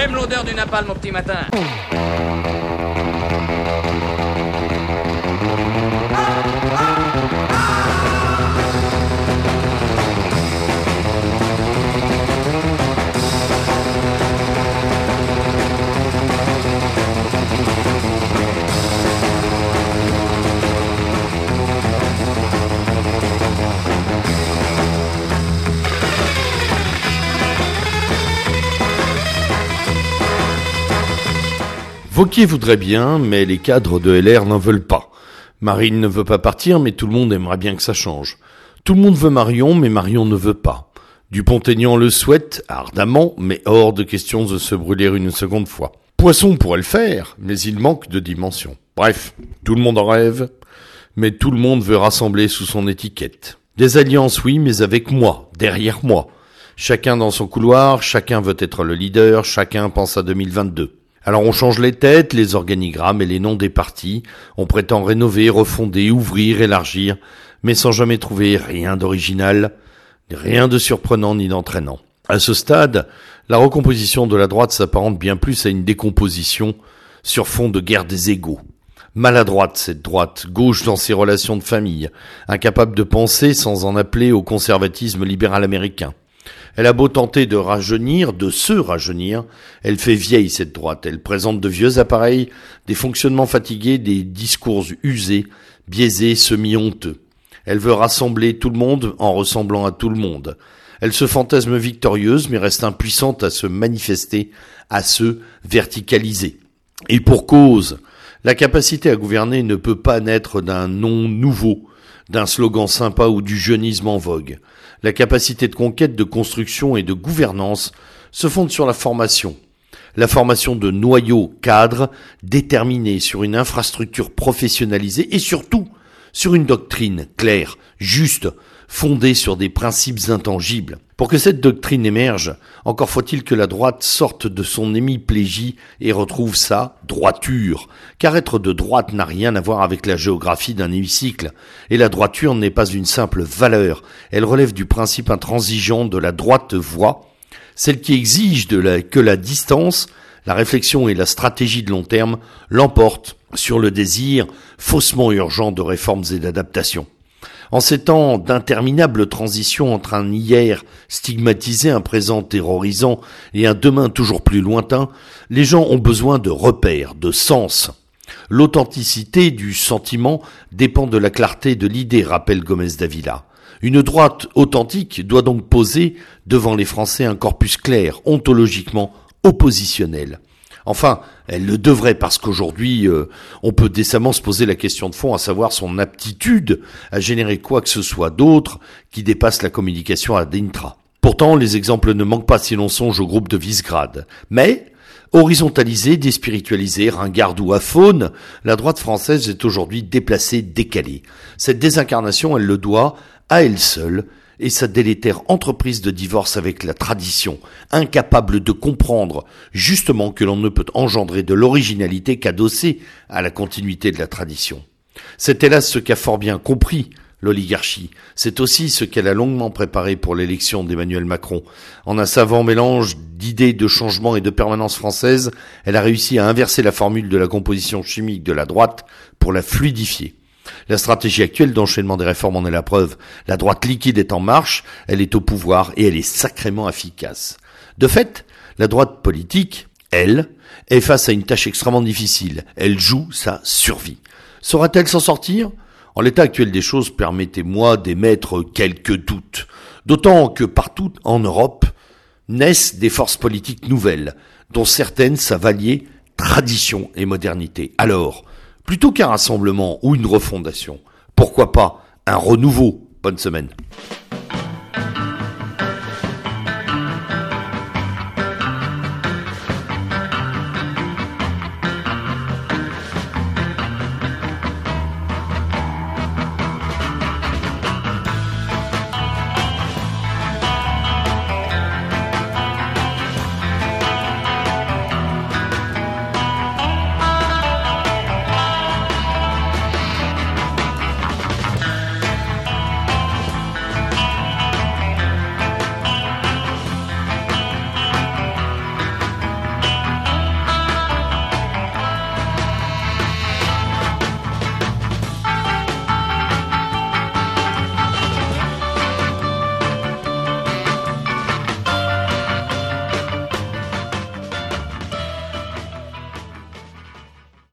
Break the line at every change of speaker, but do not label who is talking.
J'aime l'odeur du napalm au petit matin.
Wauquiez voudrait bien, mais les cadres de LR n'en veulent pas. Marine ne veut pas partir, mais tout le monde aimerait bien que ça change. Tout le monde veut Marion, mais Marion ne veut pas. Dupont-Aignan le souhaite, ardemment, mais hors de question de se brûler une seconde fois. Poisson pourrait le faire, mais il manque de dimension. Bref, tout le monde en rêve, mais tout le monde veut rassembler sous son étiquette. Des alliances, oui, mais avec moi, derrière moi. Chacun dans son couloir, chacun veut être le leader, chacun pense à 2022. Alors on change les têtes, les organigrammes et les noms des partis, on prétend rénover, refonder, ouvrir, élargir, mais sans jamais trouver rien d'original, rien de surprenant ni d'entraînant. À ce stade, la recomposition de la droite s'apparente bien plus à une décomposition sur fond de guerre des égos. Maladroite cette droite, gauche dans ses relations de famille, incapable de penser sans en appeler au conservatisme libéral américain. Elle a beau tenter de rajeunir, de se rajeunir, elle fait vieille cette droite. Elle présente de vieux appareils, des fonctionnements fatigués, des discours usés, biaisés, semi-honteux. Elle veut rassembler tout le monde en ressemblant à tout le monde. Elle se fantasme victorieuse, mais reste impuissante à se manifester, à se verticaliser. Et pour cause, la capacité à gouverner ne peut pas naître d'un nom nouveau, d'un slogan sympa ou du jeunisme en vogue. La capacité de conquête, de construction et de gouvernance se fonde sur la formation. La formation de noyaux cadres déterminés sur une infrastructure professionnalisée et surtout sur une doctrine claire, juste, fondée sur des principes intangibles. Pour que cette doctrine émerge, encore faut-il que la droite sorte de son hémiplégie et retrouve sa droiture. Car être de droite n'a rien à voir avec la géographie d'un hémicycle. Et la droiture n'est pas une simple valeur. Elle relève du principe intransigeant de la droite voie, celle qui exige que la distance, la réflexion et la stratégie de long terme l'emportent sur le désir faussement urgent de réformes et d'adaptations. En ces temps d'interminables transitions entre un hier stigmatisé, un présent terrorisant et un demain toujours plus lointain, les gens ont besoin de repères, de sens. L'authenticité du sentiment dépend de la clarté de l'idée, rappelle Gomez Davila. Une droite authentique doit donc poser devant les Français un corpus clair, ontologiquement oppositionnel. Enfin, elle le devrait parce qu'aujourd'hui, on peut décemment se poser la question de fond, à savoir son aptitude à générer quoi que ce soit d'autre qui dépasse la communication ad intra. Pourtant, les exemples ne manquent pas si l'on songe au groupe de Visegrad. Mais, horizontalisée, déspiritualisée, ringarde ou aphone, la droite française est aujourd'hui déplacée, décalée. Cette désincarnation, elle le doit à elle seule, et sa délétère entreprise de divorce avec la tradition, incapable de comprendre justement que l'on ne peut engendrer de l'originalité qu'adossée à la continuité de la tradition. C'est hélas ce qu'a fort bien compris l'oligarchie. C'est aussi ce qu'elle a longuement préparé pour l'élection d'Emmanuel Macron. En un savant mélange d'idées de changement et de permanence française, elle a réussi à inverser la formule de la composition chimique de la droite pour la fluidifier. La stratégie actuelle d'enchaînement des réformes en est la preuve. La droite liquide est en marche, elle est au pouvoir et elle est sacrément efficace. De fait, la droite politique, elle, est face à une tâche extrêmement difficile. Elle joue sa survie. Saura-t-elle s'en sortir ? En l'état actuel des choses, permettez-moi d'émettre quelques doutes. D'autant que partout en Europe naissent des forces politiques nouvelles, dont certaines savent allier tradition et modernité. Alors, plutôt qu'un rassemblement ou une refondation, pourquoi pas un renouveau ? Bonne semaine.